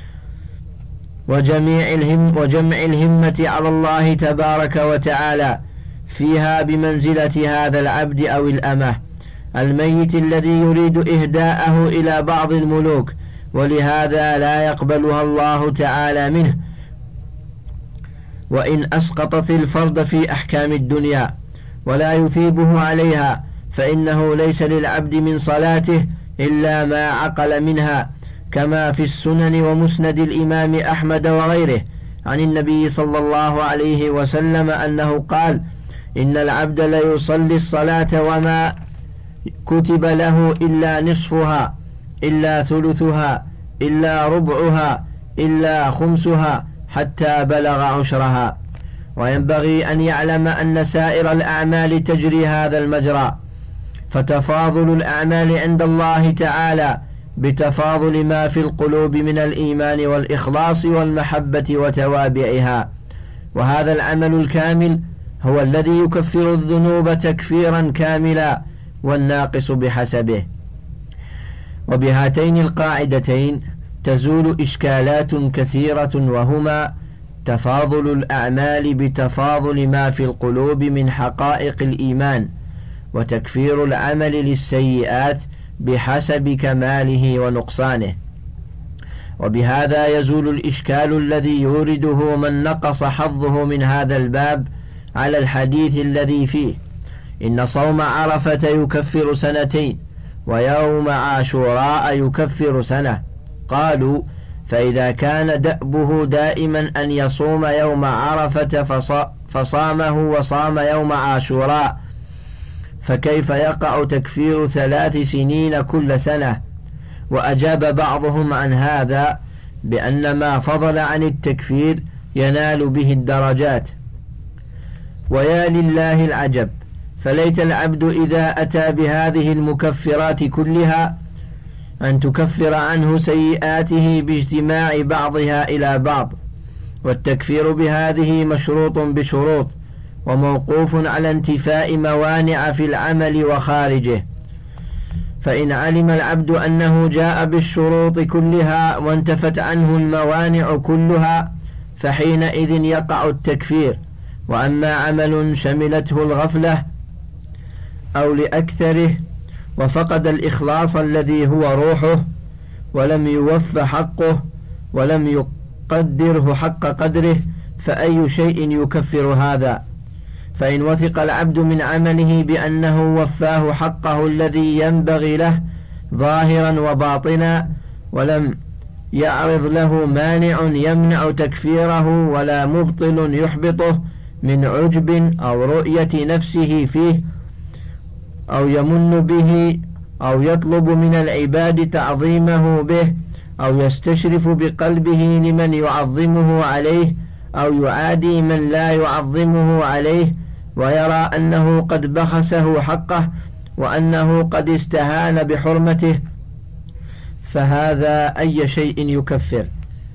وجميع الهم وجمع الهمة على الله تبارك وتعالى فيها بمنزلة هذا العبد أو الأمة الميت الذي يريد إهداءه إلى بعض الملوك، ولهذا لا يقبلها الله تعالى منه، وإن أسقطت الفرد في أحكام الدنيا ولا يثيبه عليها، فإنه ليس للعبد من صلاته إلا ما عقل منها، كما في السنن ومسند الإمام أحمد وغيره عن النبي صلى الله عليه وسلم أنه قال: إن العبد ليصلي الصلاة وما كتب له إلا نصفها، إلا ثلثها، إلا ربعها، إلا خمسها، حتى بلغ عشرها. وينبغي أن يعلم أن سائر الأعمال تجري هذا المجرى، فتفاضل الأعمال عند الله تعالى بتفاضل ما في القلوب من الإيمان والإخلاص والمحبة وتوابعها، وهذا العمل الكامل هو الذي يكفر الذنوب تكفيرا كاملا، والناقص بحسبه. وبهاتين القاعدتين تزول إشكالات كثيرة، وهما تفاضل الأعمال بتفاضل ما في القلوب من حقائق الإيمان، وتكفير العمل للسيئات بحسب كماله ونقصانه. وبهذا يزول الإشكال الذي يورده من نقص حظه من هذا الباب على الحديث الذي فيه: إن صوم عرفة يكفر سنتين، ويوم عاشوراء يكفر سنة. قالوا: فإذا كان دأبه دائما أن يصوم يوم عرفة فصامه وصام يوم عاشوراء، فكيف يقع تكفير ثلاث سنين كل سنة؟ وأجاب بعضهم عن هذا بأن ما فضل عن التكفير ينال به الدرجات. ويا لله العجب، فليت العبد إذا أتى بهذه المكفرات كلها أن تكفر عنه سيئاته باجتماع بعضها إلى بعض. والتكفير بهذه مشروط بشروط، وموقوف على انتفاء موانع في العمل وخارجه. فإن علم العبد أنه جاء بالشروط كلها وانتفت عنه الموانع كلها، فحينئذ يقع التكفير. وأما عمل شملته الغفلة أو لأكثره وفقد الإخلاص الذي هو روحه، ولم يوف حقه ولم يقدره حق قدره، فأي شيء يكفر هذا؟ فإن وثق العبد من عمله بأنه وفاه حقه الذي ينبغي له ظاهرا وباطنا، ولم يعرض له مانع يمنع تكفيره ولا مبطل يحبطه من عجب أو رؤية نفسه فيه، أو يمن به، أو يطلب من العباد تعظيمه به، أو يستشرف بقلبه لمن يعظمه عليه، أو يعادي من لا يعظمه عليه، ويرى أنه قد بخسه حقه وأنه قد استهان بحرمته، فهذا أي شيء يكفر.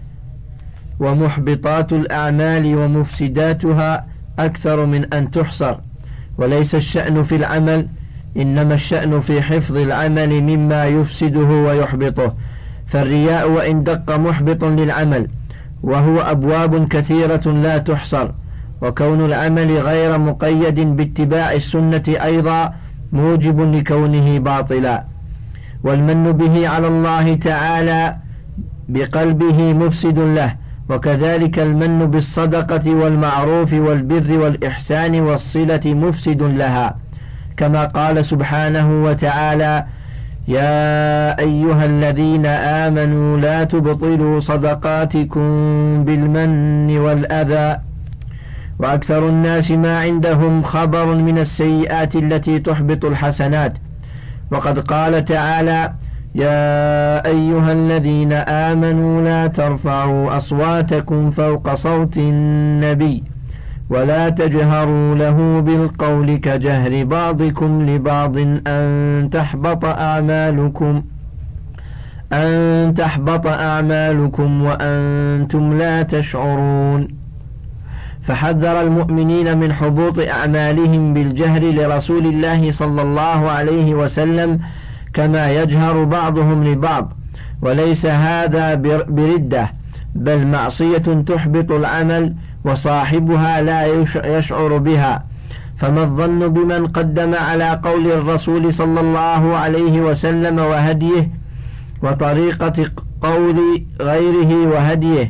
ومحبطات الأعمال ومفسداتها أكثر من أن تحصر، وليس الشأن في العمل، إنما الشأن في حفظ العمل مما يفسده ويحبطه. فالرياء وإن دق محبط للعمل، وهو أبواب كثيرة لا تحصر، وكون العمل غير مقيد باتباع السنة أيضا موجب لكونه باطلا. والمن به على الله تعالى بقلبه مفسد له، وكذلك المن بالصدقة والمعروف والبر والإحسان والصلة مفسد لها، كما قال سبحانه وتعالى: يا أيها الذين آمنوا لا تبطلوا صدقاتكم بالمن والأذى. وأكثر الناس ما عندهم خبر من السيئات التي تحبط الحسنات، وقد قال تعالى: يا أيها الذين آمنوا لا ترفعوا أصواتكم فوق صوت النبي ولا تجهروا له بالقول كجهر بعضكم لبعض أن تحبط أعمالكم أن تحبط أعمالكم وأنتم لا تشعرون. فحذر المؤمنين من حبوط أعمالهم بالجهر لرسول الله صلى الله عليه وسلم كما يجهر بعضهم لبعض، وليس هذا بردة، بل معصية تحبط العمل وصاحبها لا يشعر بها. فما الظن بمن قدم على قول الرسول صلى الله عليه وسلم وهديه وطريقة قول غيره وهديه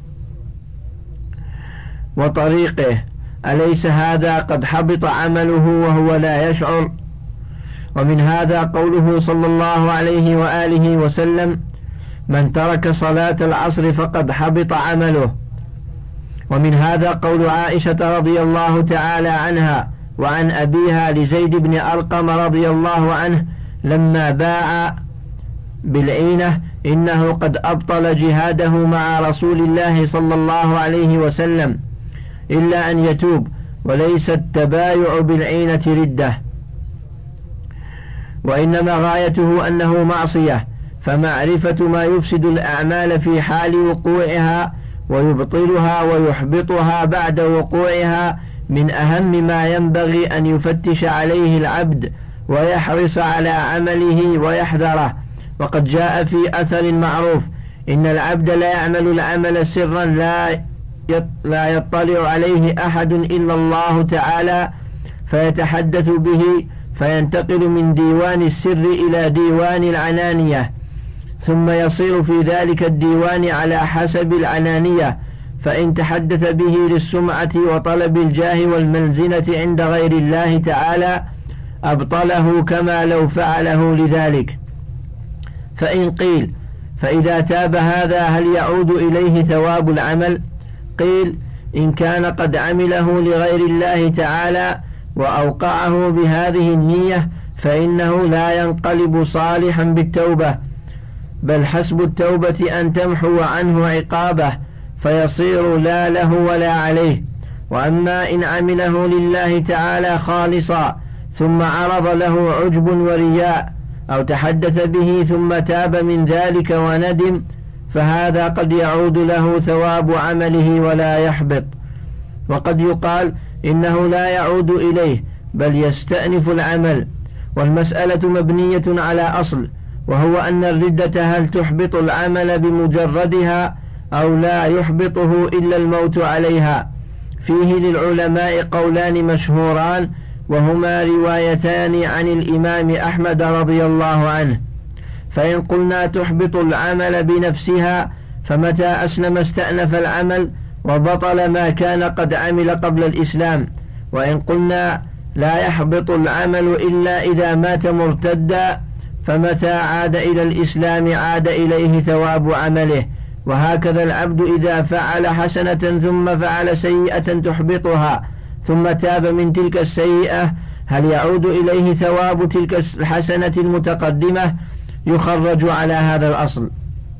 وطريقه؟ أليس هذا قد حبط عمله وهو لا يشعر؟ ومن هذا قوله صلى الله عليه وآله وسلم: من ترك صلاة العصر فقد حبط عمله. ومن هذا قول عائشة رضي الله تعالى عنها وعن أبيها لزيد بن أرقم رضي الله عنه لما باع بالعينة: إنه قد أبطل جهاده مع رسول الله صلى الله عليه وسلم إلا أن يتوب، وليس التبايع بالعينة ردة، وإنما غايته أنه معصية، فمعرفة ما يفسد الأعمال في حال وقوعها ويبطلها ويحبطها بعد وقوعها من أهم ما ينبغي أن يفتش عليه العبد ويحرص على عمله ويحذره. وقد جاء في أثر معروف: إن العبد لا يعمل العمل سرا لا لا يطلع عليه أحد إلا الله تعالى، فيتحدث به فينتقل من ديوان السر إلى ديوان العنانية، ثم يصير في ذلك الديوان على حسب العنانية، فإن تحدث به للسمعة وطلب الجاه والمنزلة عند غير الله تعالى أبطله كما لو فعله لذلك. فإن قيل: فإذا تاب هذا هل يعود إليه ثواب العمل؟ قيل: إن كان قد عمله لغير الله تعالى وأوقعه بهذه النية فإنه لا ينقلب صالحا بالتوبة، بل حسب التوبة أن تمحو عنه عقابه فيصير لا له ولا عليه. وأما إن عمله لله تعالى خالصا ثم عرض له عجب ورياء أو تحدث به ثم تاب من ذلك وندم، فهذا قد يعود له ثواب عمله ولا يحبط. وقد يقال إنه لا يعود إليه بل يستأنف العمل. والمسألة مبنية على أصل، وهو أن الردة هل تحبط العمل بمجردها أو لا يحبطه إلا الموت عليها. فيه للعلماء قولان مشهوران، وهما روايتان عن الإمام أحمد رضي الله عنه. فإن قلنا تحبط العمل بنفسها، فمتى أسلم استأنف العمل وبطل ما كان قد عمل قبل الإسلام. وإن قلنا لا يحبط العمل إلا إذا مات مرتدا، فمتى عاد إلى الإسلام عاد إليه ثواب عمله. وهكذا العبد إذا فعل حسنة ثم فعل سيئة تحبطها ثم تاب من تلك السيئة، هل يعود إليه ثواب تلك الحسنة المتقدمة؟ يخرج على هذا الأصل.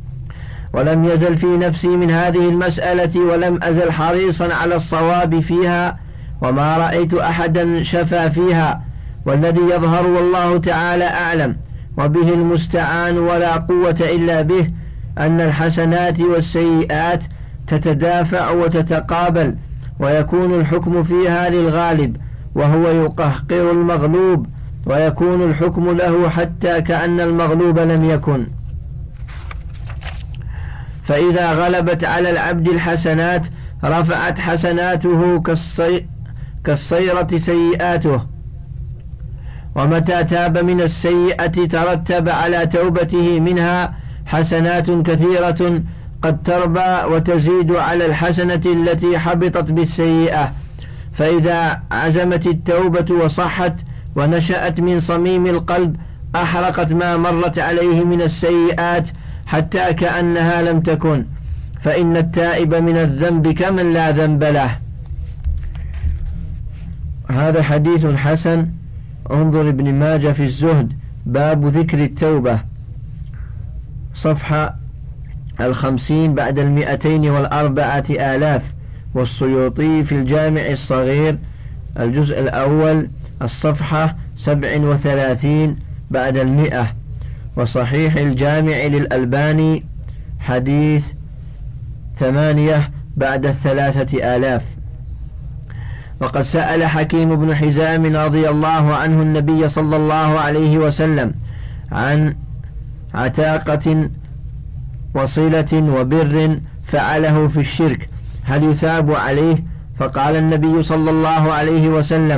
ولم يزل في نفسي من هذه المسألة ولم أزل حريصا على الصواب فيها، وما رأيت أحدا شفى فيها، والذي يظهر والله تعالى أعلم وبه المستعان ولا قوة إلا به، أن الحسنات والسيئات تتدافع وتتقابل، ويكون الحكم فيها للغالب وهو يقهقر المغلوب، ويكون الحكم له حتى كأن المغلوب لم يكن. فإذا غلبت على العبد الحسنات رفعت حسناته كالصي... كالصيرة سيئاته، ومتى تاب من السيئة ترتب على توبته منها حسنات كثيرة قد تربى وتزيد على الحسنة التي حبطت بالسيئة. فإذا عزمت التوبة وصحت ونشأت من صميم القلب أحرقت ما مرت عليه من السيئات حتى كأنها لم تكن، فإن التائب من الذنب كمن لا ذنب له. هذا حديث حسن. انظر ابن ماجه في الزهد باب ذكر التوبة، صفحة الخمسين بعد المئتين والأربعة آلاف، والسيوطي في الجامع الصغير الجزء الأول الصفحة سبع وثلاثين بعد المئة، وصحيح الجامع للألباني حديث ثمانية بعد الثلاثة آلاف. وقد سأل حكيم بن حزام رضي الله عنه النبي صلى الله عليه وسلم عن عتاقة وصلة وبر فعله في الشرك هل يثاب عليه؟ فقال النبي صلى الله عليه وسلم: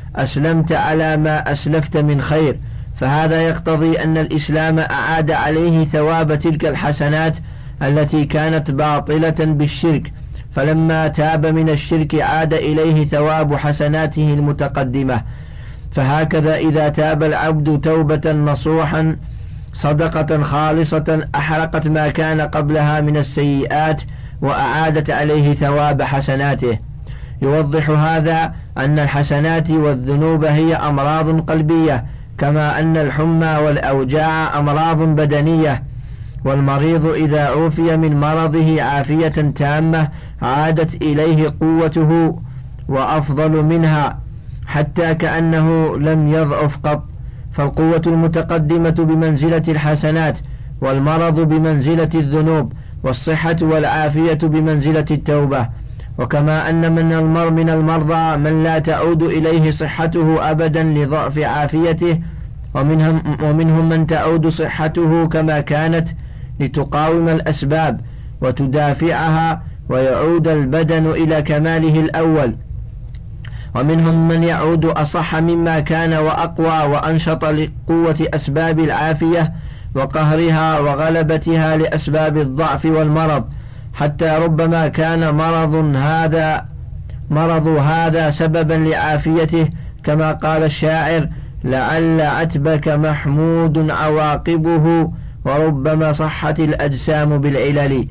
أسلمت على ما أسلفت من خير، فهذا يقتضي أن الإسلام أعاد عليه ثواب تلك الحسنات التي كانت باطلة بالشرك، فلما تاب من الشرك عاد إليه ثواب حسناته المتقدمة. فهكذا إذا تاب العبد توبة نصوحا صدقة خالصة أحرقت ما كان قبلها من السيئات وأعادت عليه ثواب حسناته. يوضح هذا أن الحسنات والذنوب هي أمراض قلبية، كما أن الحمى والأوجاع أمراض بدنية، والمريض إذا عوفي من مرضه عافية تامة عادت إليه قوته وأفضل منها حتى كأنه لم يضعف قط. فالقوة المتقدمة بمنزلة الحسنات، والمرض بمنزلة الذنوب، والصحة والعافية بمنزلة التوبة. وكما أن من المر من المرضى من لا تعود إليه صحته أبدا لضعف عافيته، ومنهم, ومنهم من تعود صحته كما كانت لتقاوم الأسباب وتدافعها ويعود البدن إلى كماله الأول، ومنهم من يعود أصح مما كان وأقوى وأنشط لقوة أسباب العافية وقهرها وغلبتها لأسباب الضعف والمرض، حتى ربما كان مرض هذا مرض هذا سببا لعافيته، كما قال الشاعر: لعل عتبك محمود عواقبه وربما صحت الأجسام بالعلل.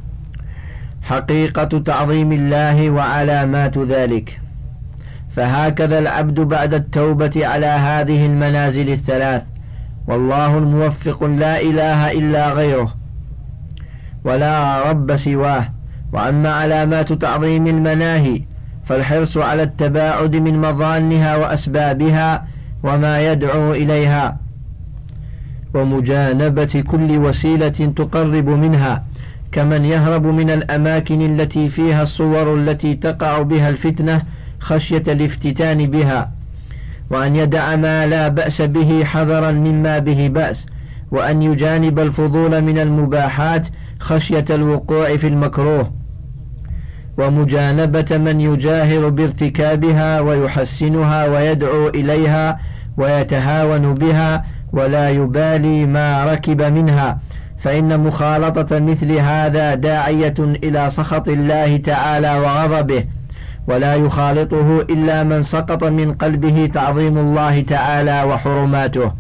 حقيقة تعظيم الله وعلامات ذلك. فهكذا العبد بعد التوبة على هذه المنازل الثلاث، والله الموفق لا إله إلا غيره ولا رب سواه. وأما علامات تعظيم المناهي فالحرص على التباعد من مظانها وأسبابها وما يدعو إليها، ومجانبة كل وسيلة تقرب منها، كمن يهرب من الأماكن التي فيها الصور التي تقع بها الفتنة خشية الافتتان بها، وأن يدع ما لا بأس به حذرا مما به بأس، وأن يجانب الفضول من المباحات خشية الوقوع في المكروه، ومجانبة من يجاهر بارتكابها ويحسنها ويدعو إليها ويتهاون بها ولا يبالي ما ركب منها، فإن مخالطة مثل هذا داعية إلى سخط الله تعالى وغضبه، ولا يخالطه إلا من سقط من قلبه تعظيم الله تعالى وحرماته.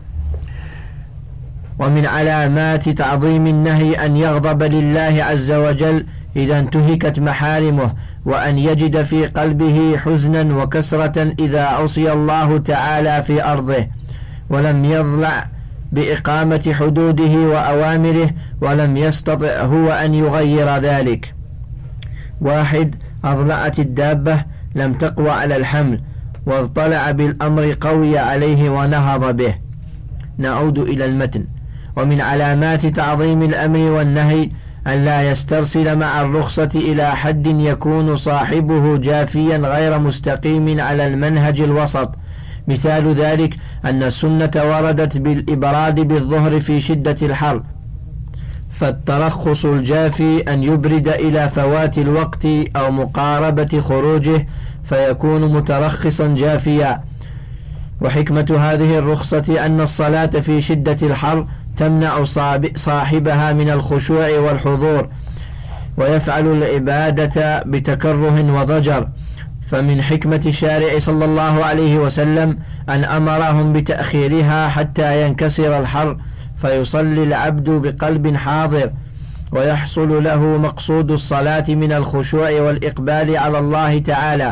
ومن علامات تعظيم النهي أن يغضب لله عز وجل إذا انتهكت محارمه، وأن يجد في قلبه حزنا وكسرة إذا عصي الله تعالى في أرضه، ولم يضلع بإقامة حدوده وأوامره، ولم يستطع هو أن يغير ذلك. واحد: أضلعت الدابة لم تقوى على الحمل، واضطلع بالأمر قوي عليه ونهض به. نعود إلى المتن. ومن علامات تعظيم الأمر والنهي أن لا يسترسل مع الرخصة إلى حد يكون صاحبه جافيا غير مستقيم على المنهج الوسط. مثال ذلك أن السنة وردت بالإبراد بالظهر في شدة الحر، فالترخص الجافي أن يبرد إلى فوات الوقت أو مقاربة خروجه فيكون مترخصا جافيا. وحكمة هذه الرخصة أن الصلاة في شدة الحر تمنع صاحبها من الخشوع والحضور، ويفعل العبادة بتكره وضجر. فمن حكمة الشارع صلى الله عليه وسلم أن أمرهم بتأخيرها حتى ينكسر الحر، فيصلي العبد بقلب حاضر، ويحصل له مقصود الصلاة من الخشوع والإقبال على الله تعالى.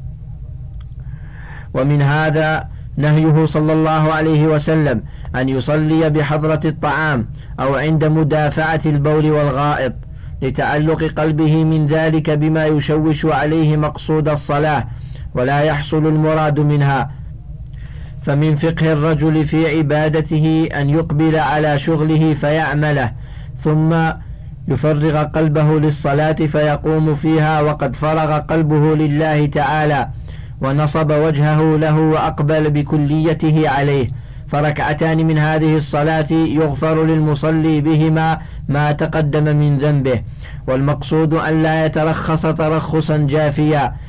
ومن هذا نهيه صلى الله عليه وسلم أن يصلي بحضرة الطعام أو عند مدافعة البول والغائط، لتعلق قلبه من ذلك بما يشوش عليه مقصود الصلاة ولا يحصل المراد منها. فمن فقه الرجل في عبادته أن يقبل على شغله فيعمله، ثم يفرغ قلبه للصلاة فيقوم فيها وقد فرغ قلبه لله تعالى، ونصب وجهه له وأقبل بكليته عليه. فركعتان من هذه الصلاة يغفر للمصلي بهما ما تقدم من ذنبه. والمقصود أن لا يترخص ترخصا جافيا،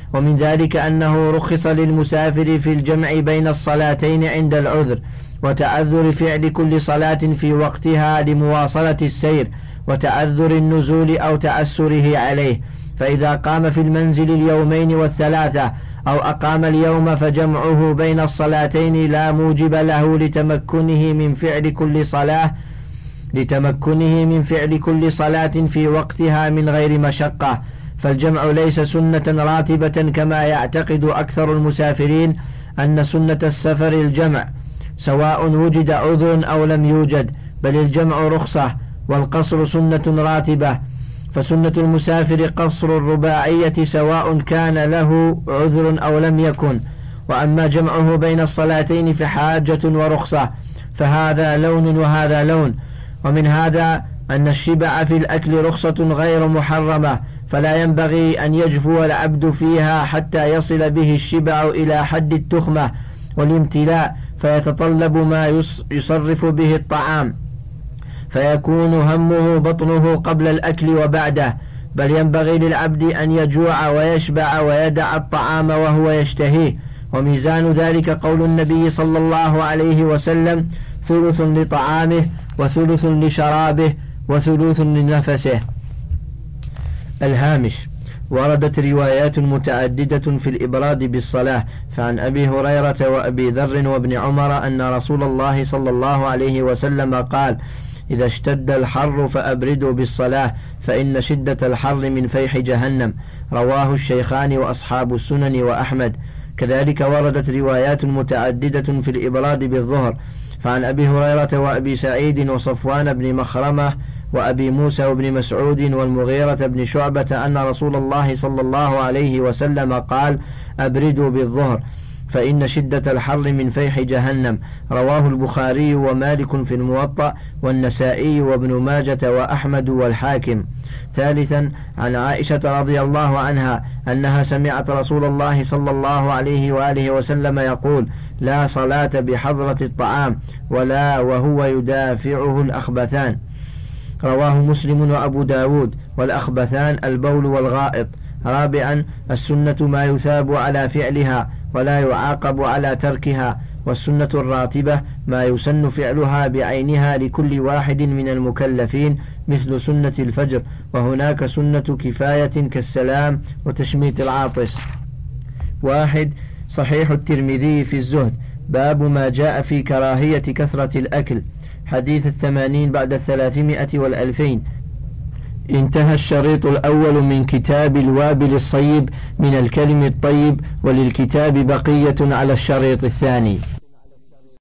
ومن ذلك أنه رخص للمسافر في الجمع بين الصلاتين عند العذر وتعذر فعل كل صلاة في وقتها لمواصلة السير وتعذر النزول أو تأسره عليه، فإذا قام في المنزل اليومين والثلاثة أو أقام اليوم فجمعه بين الصلاتين لا موجب له لتمكنه من فعل كل صلاة لتمكنه من فعل كل صلاة في وقتها من غير مشقة، فالجمع ليس سنة راتبة كما يعتقد أكثر المسافرين أن سنة السفر الجمع سواء وجد عذر أو لم يوجد، بل الجمع رخصة والقصر سنة راتبة، فسنة المسافر قصر الرباعية سواء كان له عذر أو لم يكن، وأما جمعه بين الصلاتين فحاجة ورخصة، فهذا لون وهذا لون. ومن هذا أن الشبع في الأكل رخصة غير محرمة، فلا ينبغي أن يجفو العبد فيها حتى يصل به الشبع إلى حد التخمة والامتلاء فيتطلب ما يصرف به الطعام، فيكون همه بطنه قبل الأكل وبعده، بل ينبغي للعبد أن يجوع ويشبع ويدع الطعام وهو يشتهيه. وميزان ذلك قول النبي صلى الله عليه وسلم: ثلث لطعامه وثلث لشرابه وثلث لنفسه. الهامش: وردت روايات متعددة في الإبراد بالصلاة، فعن أبي هريرة وأبي ذر وابن عمر أن رسول الله صلى الله عليه وسلم قال: إذا اشتد الحر فأبردوا بالصلاة فإن شدة الحر من فيح جهنم. رواه الشيخان وأصحاب السنن وأحمد. كذلك وردت روايات متعددة في الإبراد بالظهر، فعن أبي هريرة وأبي سعيد وصفوان بن مخرمة وأبي موسى وابن مسعود والمغيرة بن شعبة أن رسول الله صلى الله عليه وسلم قال: أبردوا بالظهر فإن شدة الحر من فيح جهنم. رواه البخاري ومالك في الموطأ والنسائي وابن ماجة وأحمد والحاكم. ثالثا، عن عائشة رضي الله عنها أنها سمعت رسول الله صلى الله عليه وآله وسلم يقول: لا صلاة بحضرة الطعام ولا وهو يدافعه الأخبثان. رواه مسلم وأبو داود. والأخبثان البول والغائط. رابعا، السنة ما يثاب على فعلها ولا يعاقب على تركها، والسنة الراتبة ما يسن فعلها بعينها لكل واحد من المكلفين مثل سنة الفجر، وهناك سنة كفاية كالسلام وتشميت العاطس. واحد، صحيح الترمذي في الزهد باب ما جاء في كراهية كثرة الأكل، حديث الثمانين بعد الثلاثمائة والألفين. انتهى الشريط الأول من كتاب الوابل الصيب من الكلم الطيب، وللكتاب بقية على الشريط الثاني.